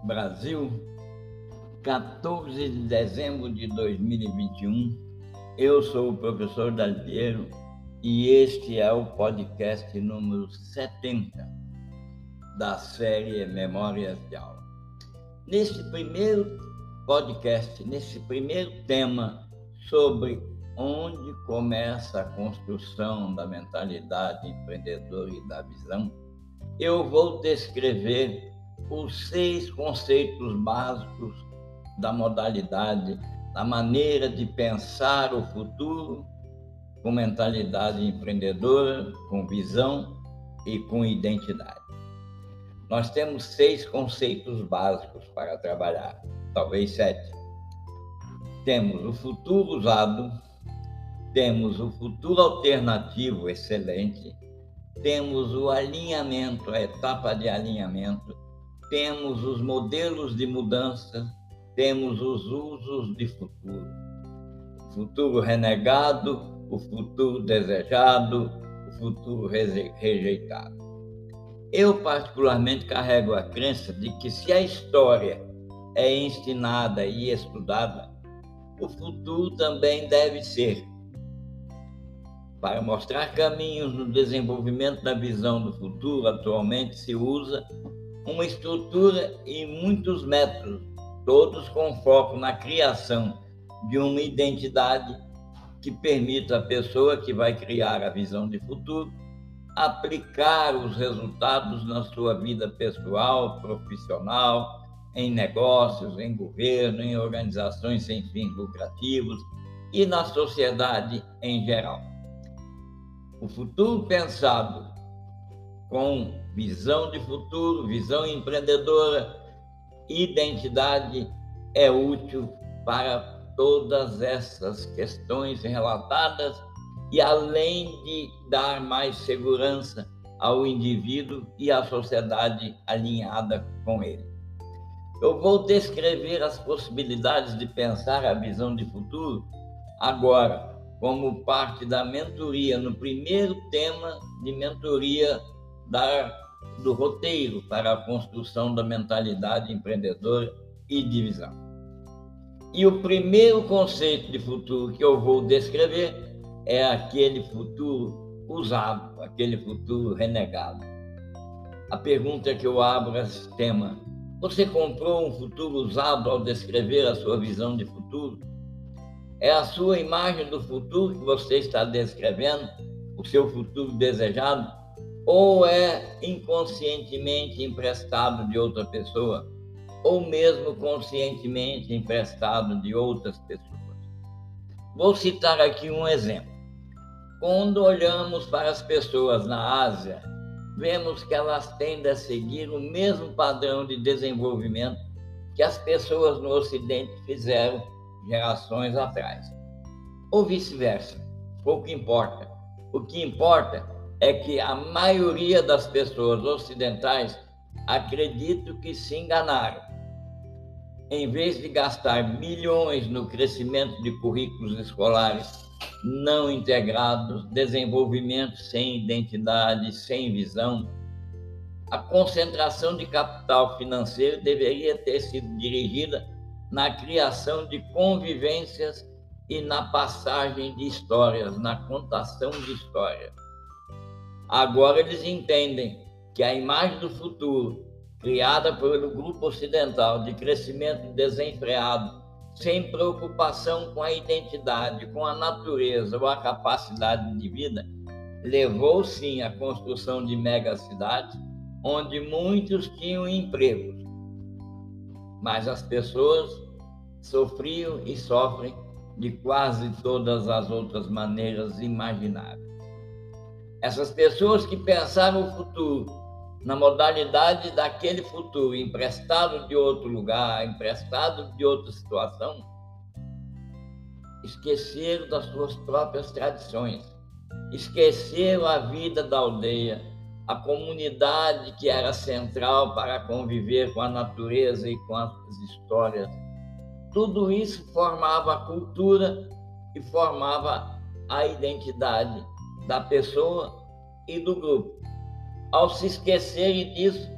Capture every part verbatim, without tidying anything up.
Brasil, quatorze de dezembro de dois mil e vinte e um. Eu sou o professor Dalpiero e este é o podcast número setenta da série Memórias de Aula. Neste primeiro podcast, nesse primeiro tema sobre onde começa a construção da mentalidade empreendedora e da visão, eu vou descrever os seis conceitos básicos da modalidade, da maneira de pensar o futuro com mentalidade empreendedora, com visão e com identidade. Nós temos seis conceitos básicos para trabalhar, talvez sete. Temos o futuro usado, temos o futuro alternativo excelente, temos o alinhamento, a etapa de alinhamento, temos os modelos de mudança, temos os usos de futuro. O futuro renegado, o futuro desejado, o futuro rejeitado. Eu, particularmente, carrego a crença de que se a história é ensinada e estudada, o futuro também deve ser. Para mostrar caminhos no desenvolvimento da visão do futuro, atualmente se usa uma estrutura e muitos métodos, todos com foco na criação de uma identidade que permita à pessoa que vai criar a visão de futuro aplicar os resultados na sua vida pessoal, profissional, em negócios, em governo, em organizações sem fins lucrativos e na sociedade em geral. O futuro pensado com visão de futuro, visão empreendedora, identidade é útil para todas essas questões relatadas e além de dar mais segurança ao indivíduo e à sociedade alinhada com ele. Eu vou descrever as possibilidades de pensar a visão de futuro agora, como parte da mentoria, no primeiro tema de mentoria da, do roteiro para a construção da mentalidade empreendedora e de visão. E o primeiro conceito de futuro que eu vou descrever é aquele futuro usado, aquele futuro renegado. A pergunta que eu abro a esse tema: você comprou um futuro usado ao descrever a sua visão de futuro? É a sua imagem do futuro que você está descrevendo, o seu futuro desejado? Ou é inconscientemente emprestado de outra pessoa, ou mesmo conscientemente emprestado de outras pessoas? Vou citar aqui um exemplo. Quando olhamos para as pessoas na Ásia, vemos que elas tendem a seguir o mesmo padrão de desenvolvimento que as pessoas no Ocidente fizeram gerações atrás. Ou vice-versa, pouco importa. O que importa é que a maioria das pessoas ocidentais acredita que se enganaram. Em vez de gastar milhões no crescimento de currículos escolares não integrados, desenvolvimento sem identidade, sem visão, a concentração de capital financeiro deveria ter sido dirigida na criação de convivências e na passagem de histórias, na contação de histórias. Agora eles entendem que a imagem do futuro, criada pelo grupo ocidental de crescimento desenfreado, sem preocupação com a identidade, com a natureza ou a capacidade de vida, levou sim à construção de megacidades, onde muitos tinham empregos, mas as pessoas sofriam e sofrem de quase todas as outras maneiras imagináveis. Essas pessoas que pensavam o futuro na modalidade daquele futuro emprestado de outro lugar, emprestado de outra situação, esqueceram das suas próprias tradições, esqueceram a vida da aldeia, a comunidade que era central para conviver com a natureza e com as histórias. Tudo isso formava a cultura e formava a identidade da pessoa e do grupo. Ao se esquecerem disso,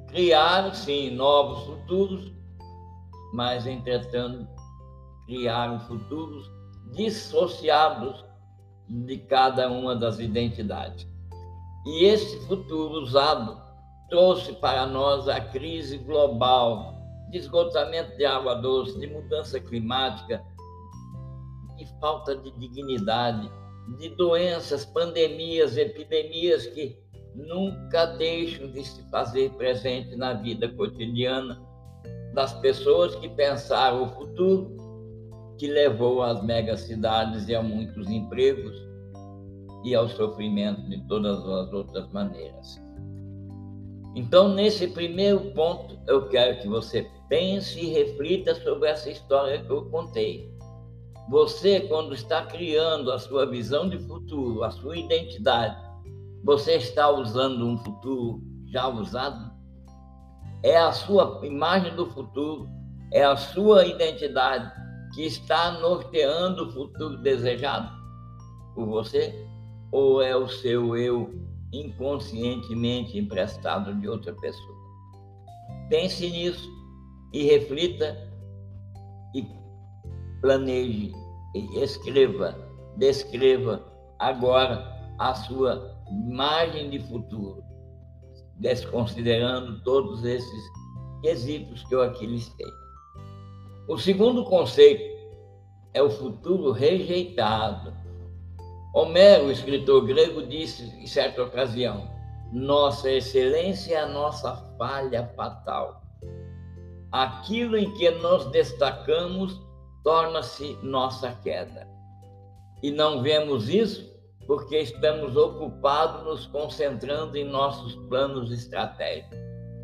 criaram, sim, novos futuros, mas, entretanto, criaram futuros dissociados de cada uma das identidades. E esse futuro usado trouxe para nós a crise global de esgotamento de água doce, de mudança climática, de falta de dignidade, de doenças, pandemias, epidemias que nunca deixam de se fazer presente na vida cotidiana das pessoas que pensaram o futuro, que levou às megacidades e a muitos empregos e ao sofrimento de todas as outras maneiras. Então, nesse primeiro ponto, eu quero que você pense e reflita sobre essa história que eu contei. Você, quando está criando a sua visão de futuro, a sua identidade, você está usando um futuro já usado? É a sua imagem do futuro, é a sua identidade que está norteando o futuro desejado por você? Ou é o seu eu inconscientemente emprestado de outra pessoa? Pense nisso e reflita e planeje, e escreva, descreva agora a sua imagem de futuro, desconsiderando todos esses quesitos que eu aqui listei. O segundo conceito é o futuro rejeitado. Homero, o escritor grego, disse em certa ocasião: nossa excelência é a nossa falha fatal. Aquilo em que nos destacamos torna-se nossa queda. E não vemos isso porque estamos ocupados nos concentrando em nossos planos estratégicos.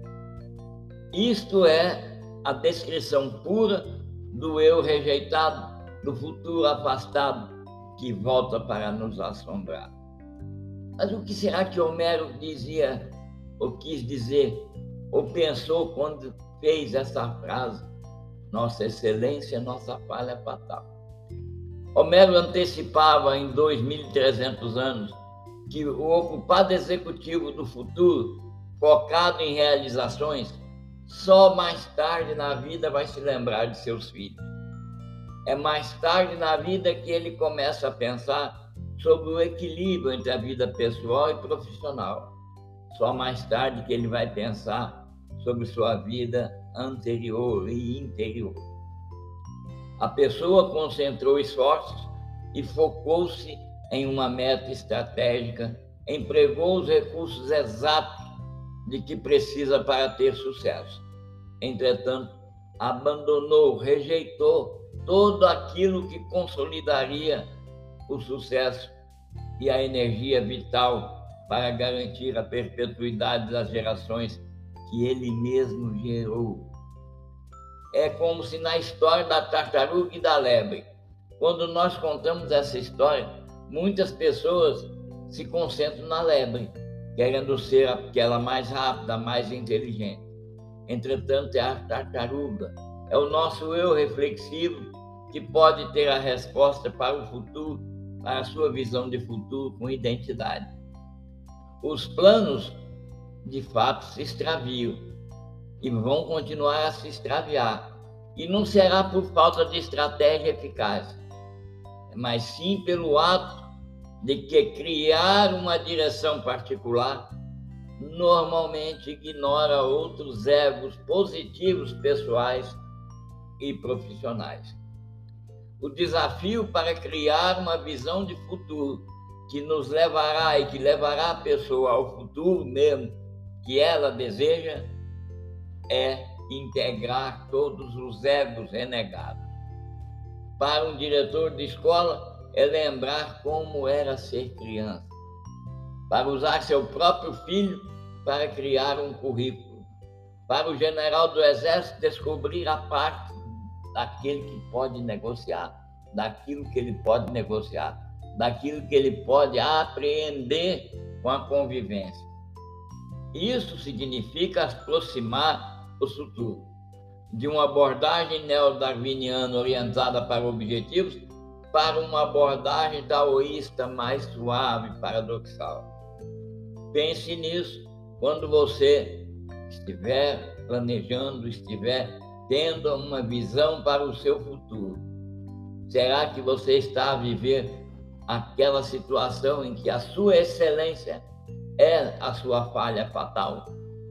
Isto é a descrição pura do eu rejeitado, do futuro afastado, que volta para nos assombrar. Mas o que será que Homero dizia, ou quis dizer, ou pensou quando fez essa frase? Nossa excelência, nossa falha fatal. Homero antecipava em dois mil e trezentos anos que o ocupado executivo do futuro, focado em realizações, só mais tarde na vida vai se lembrar de seus filhos. É mais tarde na vida que ele começa a pensar sobre o equilíbrio entre a vida pessoal e profissional. Só mais tarde que ele vai pensar sobre sua vida anterior e interior. A pessoa concentrou esforços e focou-se em uma meta estratégica, empregou os recursos exatos de que precisa para ter sucesso. Entretanto, abandonou, rejeitou todo aquilo que consolidaria o sucesso e a energia vital para garantir a perpetuidade das gerações que ele mesmo gerou. É como se na história da tartaruga e da lebre, quando nós contamos essa história, muitas pessoas se concentram na lebre, querendo ser aquela mais rápida, mais inteligente. Entretanto, é a tartaruga, é o nosso eu reflexivo que pode ter a resposta para o futuro, para a sua visão de futuro com identidade. Os planos, de fato, se extraviam e vão continuar a se extraviar. E não será por falta de estratégia eficaz, mas sim pelo ato de que criar uma direção particular normalmente ignora outros egos positivos pessoais e profissionais. O desafio para criar uma visão de futuro que nos levará e que levará a pessoa ao futuro mesmo que ela deseja é integrar todos os egos renegados. Para um diretor de escola, é lembrar como era ser criança. Para usar seu próprio filho para criar um currículo. Para o general do exército descobrir a parte daquele que pode negociar, daquilo que ele pode negociar, daquilo que ele pode apreender com a convivência. Isso significa aproximar o futuro de uma abordagem neodarwiniana orientada para objetivos para uma abordagem taoísta mais suave e paradoxal. Pense nisso quando você estiver planejando, estiver tendo uma visão para o seu futuro, será que você está a viver aquela situação em que a sua excelência é a sua falha fatal?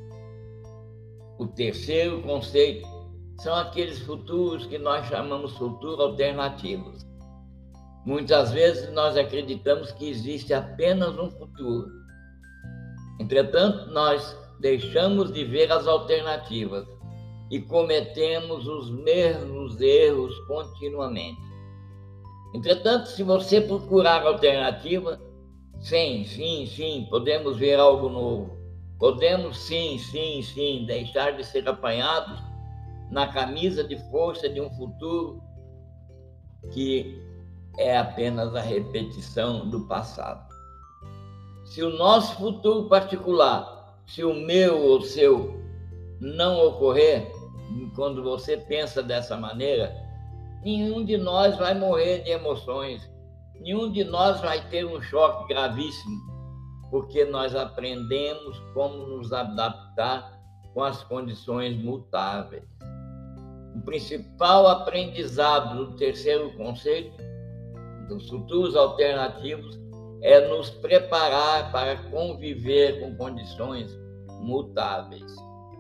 O terceiro conceito são aqueles futuros que nós chamamos futuros alternativos. Muitas vezes nós acreditamos que existe apenas um futuro. Entretanto, nós deixamos de ver as alternativas e cometemos os mesmos erros continuamente. Entretanto, se você procurar alternativa, sim, sim, sim, podemos ver algo novo. Podemos, sim, sim, sim, deixar de ser apanhados na camisa de força de um futuro que é apenas a repetição do passado. Se o nosso futuro particular, se o meu ou o seu não ocorrer, quando você pensa dessa maneira, nenhum de nós vai morrer de emoções, nenhum de nós vai ter um choque gravíssimo, porque nós aprendemos como nos adaptar com as condições mutáveis. O principal aprendizado do terceiro conceito, dos futuros alternativos, é nos preparar para conviver com condições mutáveis.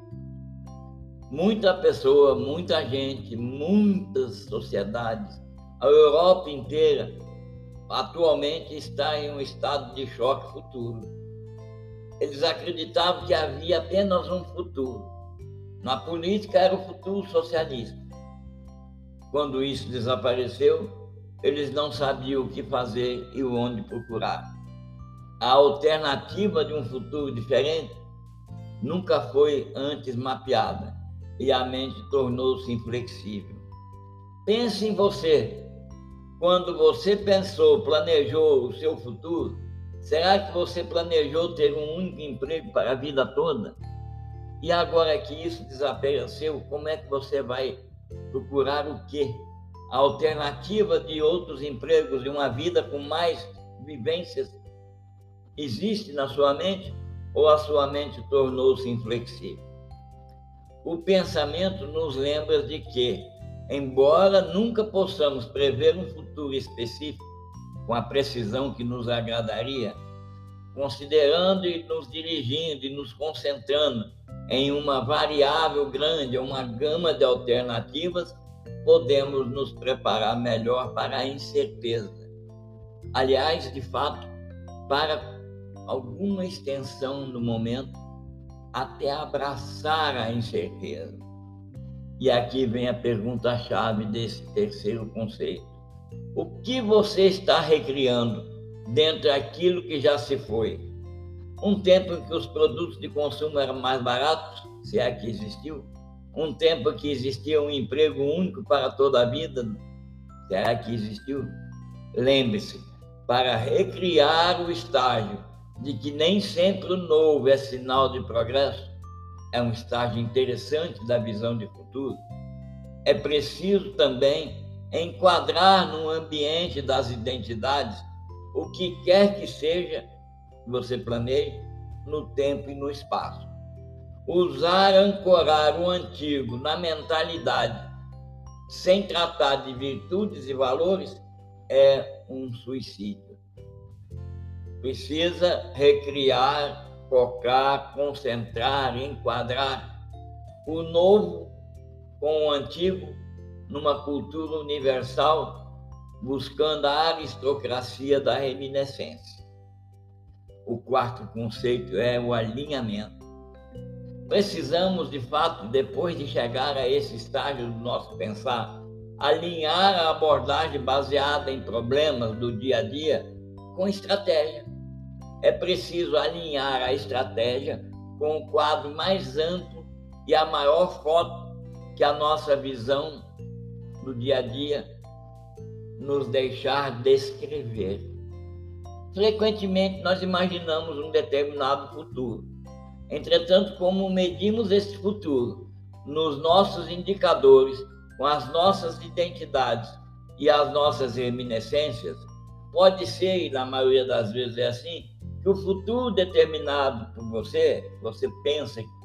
Muita pessoa, muita gente, muitas sociedades, a Europa inteira, atualmente está em um estado de choque futuro. Eles acreditavam que havia apenas um futuro. Na política era o futuro socialista. Quando isso desapareceu, eles não sabiam o que fazer e onde procurar. A alternativa de um futuro diferente nunca foi antes mapeada e a mente tornou-se inflexível. Pense em você. Quando você pensou, planejou o seu futuro, será que você planejou ter um único emprego para a vida toda? E agora que isso desapareceu, como é que você vai procurar o quê? A alternativa de outros empregos, de uma vida com mais vivências, existe na sua mente ou a sua mente tornou-se inflexível? O pensamento nos lembra de que, embora nunca possamos prever um futuro específico com a precisão que nos agradaria, considerando e nos dirigindo e nos concentrando em uma variável grande, uma gama de alternativas, podemos nos preparar melhor para a incerteza. Aliás, de fato, para alguma extensão no momento, até abraçar a incerteza. E aqui vem a pergunta-chave desse terceiro conceito. O que você está recriando dentro daquilo que já se foi? Um tempo em que os produtos de consumo eram mais baratos, se é que existiu? Um tempo que existia um emprego único para toda a vida, será que existiu? Lembre-se, para recriar o estágio de que nem sempre o novo é sinal de progresso, é um estágio interessante da visão de futuro, é preciso também enquadrar no ambiente das identidades o que quer que seja que você planeje no tempo e no espaço. Usar, ancorar o antigo na mentalidade, sem tratar de virtudes e valores, é um suicídio. Precisa recriar, focar, concentrar, enquadrar o novo com o antigo numa cultura universal, buscando a aristocracia da reminiscência. O quarto conceito é o alinhamento. Precisamos, de fato, depois de chegar a esse estágio do nosso pensar, alinhar a abordagem baseada em problemas do dia a dia com estratégia. É preciso alinhar a estratégia com o quadro mais amplo e a maior foto que a nossa visão do dia a dia nos deixar descrever. Frequentemente, nós imaginamos um determinado futuro. Entretanto, como medimos esse futuro nos nossos indicadores, com as nossas identidades e as nossas reminiscências, pode ser, e na maioria das vezes é assim, que o futuro determinado por você, você pensa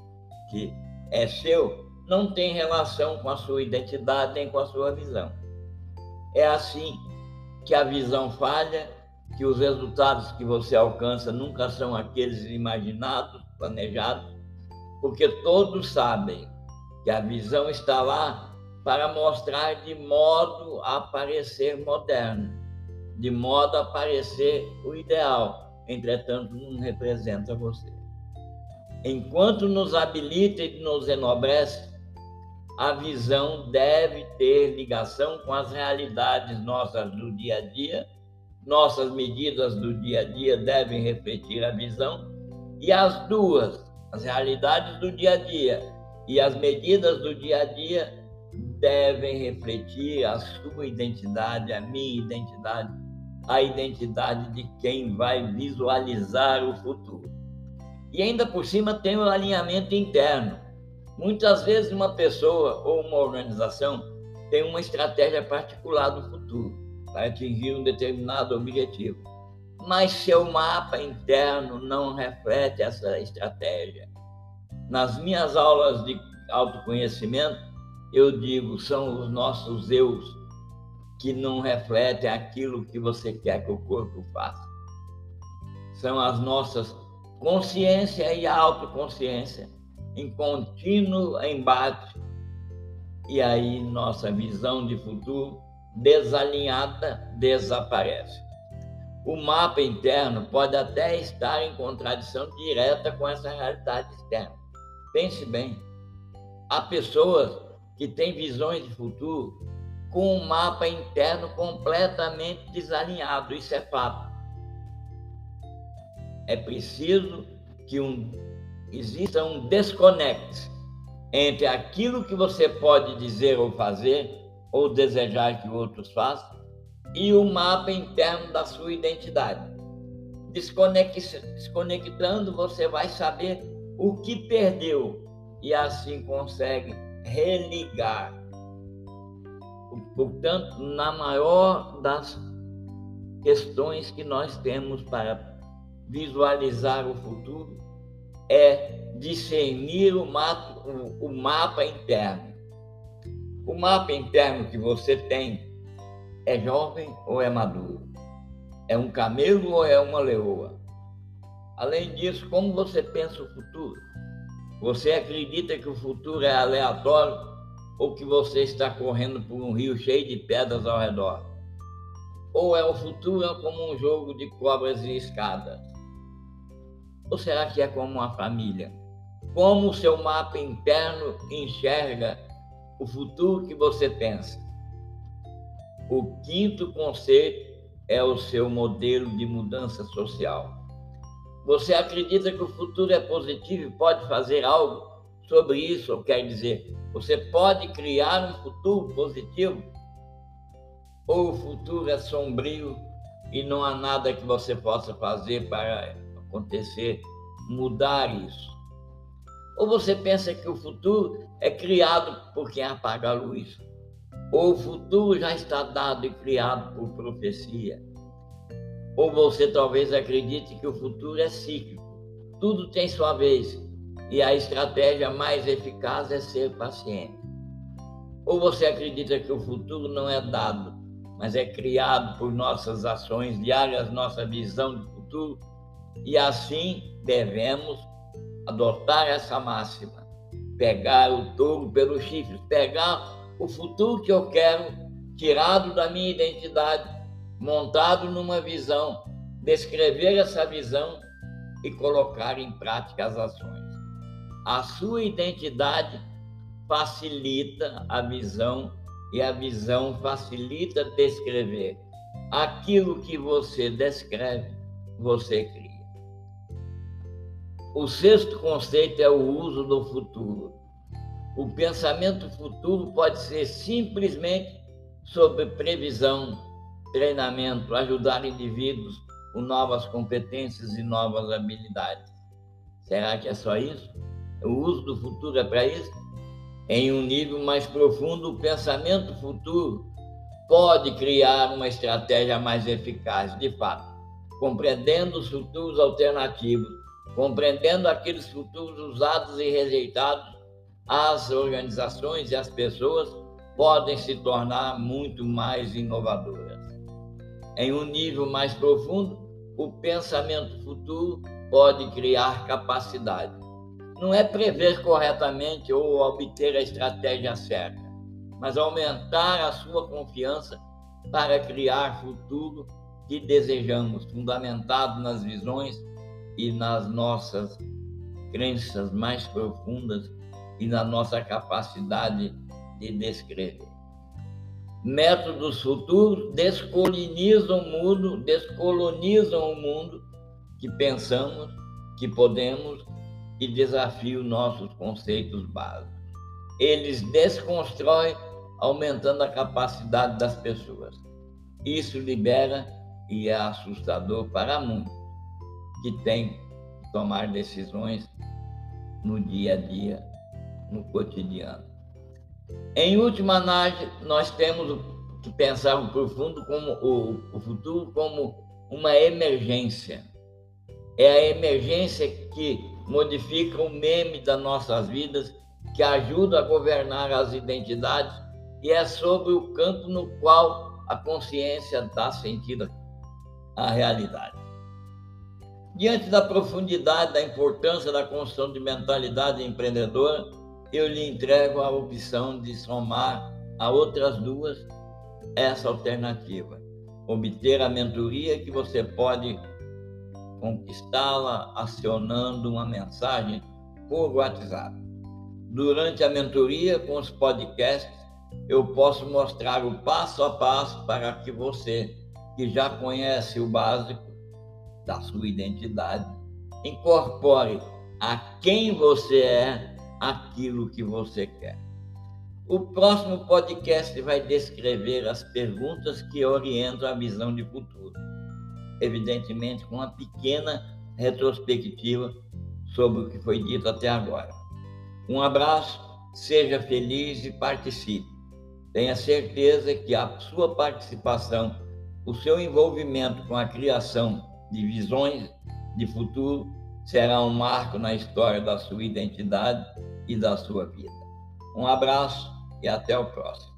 que é seu, não tem relação com a sua identidade nem com a sua visão. É assim que a visão falha, que os resultados que você alcança nunca são aqueles imaginados, planejados, porque todos sabem que a visão está lá para mostrar de modo a parecer moderno, de modo a parecer o ideal, entretanto não representa você. Enquanto nos habilita e nos enobrece, a visão deve ter ligação com as realidades nossas do dia a dia, nossas medidas do dia a dia devem refletir a visão, e as duas, as realidades do dia a dia e as medidas do dia a dia, devem refletir a sua identidade, a minha identidade, a identidade de quem vai visualizar o futuro. E ainda por cima tem o alinhamento interno. Muitas vezes uma pessoa ou uma organização tem uma estratégia particular do futuro para atingir um determinado objetivo, mas seu mapa interno não reflete essa estratégia. Nas minhas aulas de autoconhecimento, eu digo, são os nossos eus que não refletem aquilo que você quer que o corpo faça. São as nossas consciência e autoconsciência em contínuo embate, e aí nossa visão de futuro desalinhada desaparece. O mapa interno pode até estar em contradição direta com essa realidade externa. Pense bem, há pessoas que têm visões de futuro com um mapa interno completamente desalinhado, isso é fato. É preciso que um, exista um desconecte entre aquilo que você pode dizer ou fazer, ou desejar que outros façam, e o mapa interno da sua identidade. Desconectando, você vai saber o que perdeu e assim consegue religar. Portanto, na maior das questões que nós temos para visualizar o futuro é discernir o mapa, o mapa interno. O mapa interno que você tem é jovem ou é maduro? É um camelo ou é uma leoa? Além disso, como você pensa o futuro? Você acredita que o futuro é aleatório ou que você está correndo por um rio cheio de pedras ao redor? Ou é o futuro como um jogo de cobras e escadas? Ou será que é como uma família? Como o seu mapa interno enxerga o futuro que você pensa? O quinto conceito é o seu modelo de mudança social. Você acredita que o futuro é positivo e pode fazer algo sobre isso? Ou quer dizer, você pode criar um futuro positivo? Ou o futuro é sombrio e não há nada que você possa fazer para acontecer, mudar isso? Ou você pensa que o futuro é criado por quem apaga a luz? Ou o futuro já está dado e criado por profecia? Ou você talvez acredite que o futuro é cíclico, tudo tem sua vez e a estratégia mais eficaz é ser paciente? Ou você acredita que o futuro não é dado, mas é criado por nossas ações diárias, nossa visão de futuro, e assim devemos adotar essa máxima, pegar o touro pelos chifres, pegar o futuro que eu quero, tirado da minha identidade, montado numa visão, descrever essa visão e colocar em prática as ações. A sua identidade facilita a visão e a visão facilita descrever. Aquilo que você descreve, você cria. O sexto conceito é o uso do futuro. O pensamento futuro pode ser simplesmente sobre previsão, treinamento, ajudar indivíduos com novas competências e novas habilidades. Será que é só isso? O uso do futuro é para isso? Em um nível mais profundo, o pensamento futuro pode criar uma estratégia mais eficaz, de fato, compreendendo os futuros alternativos Compreendendo aqueles futuros usados e rejeitados, as organizações e as pessoas podem se tornar muito mais inovadoras. Em um nível mais profundo, o pensamento futuro pode criar capacidade. Não é prever corretamente ou obter a estratégia certa, mas aumentar a sua confiança para criar futuro que desejamos, fundamentado nas visões e nas nossas crenças mais profundas e na nossa capacidade de descrever. Métodos futuros descolonizam o mundo, descolonizam o mundo que pensamos, que podemos e desafiam nossos conceitos básicos. Eles desconstroem, aumentando a capacidade das pessoas. Isso libera e é assustador para muitos que têm que tomar decisões no dia a dia, no cotidiano. Em última análise, nós temos que pensar o profundo como o, o futuro como uma emergência. É a emergência que modifica o meme das nossas vidas, que ajuda a governar as identidades, e é sobre o campo no qual a consciência dá sentido à realidade. Diante da profundidade da importância da construção de mentalidade empreendedora, eu lhe entrego a opção de somar a outras duas essa alternativa. Obter a mentoria, que você pode conquistá-la acionando uma mensagem por WhatsApp. Durante a mentoria, com os podcasts, eu posso mostrar o passo a passo para que você, que já conhece o básico da sua identidade, incorpore a quem você é aquilo que você quer. O próximo podcast vai descrever as perguntas que orientam a visão de futuro, evidentemente com uma pequena retrospectiva sobre o que foi dito até agora. Um abraço, seja feliz e participe. Tenha certeza que a sua participação, o seu envolvimento com a criação de visões de futuro será um marco na história da sua identidade e da sua vida. Um abraço e até o próximo.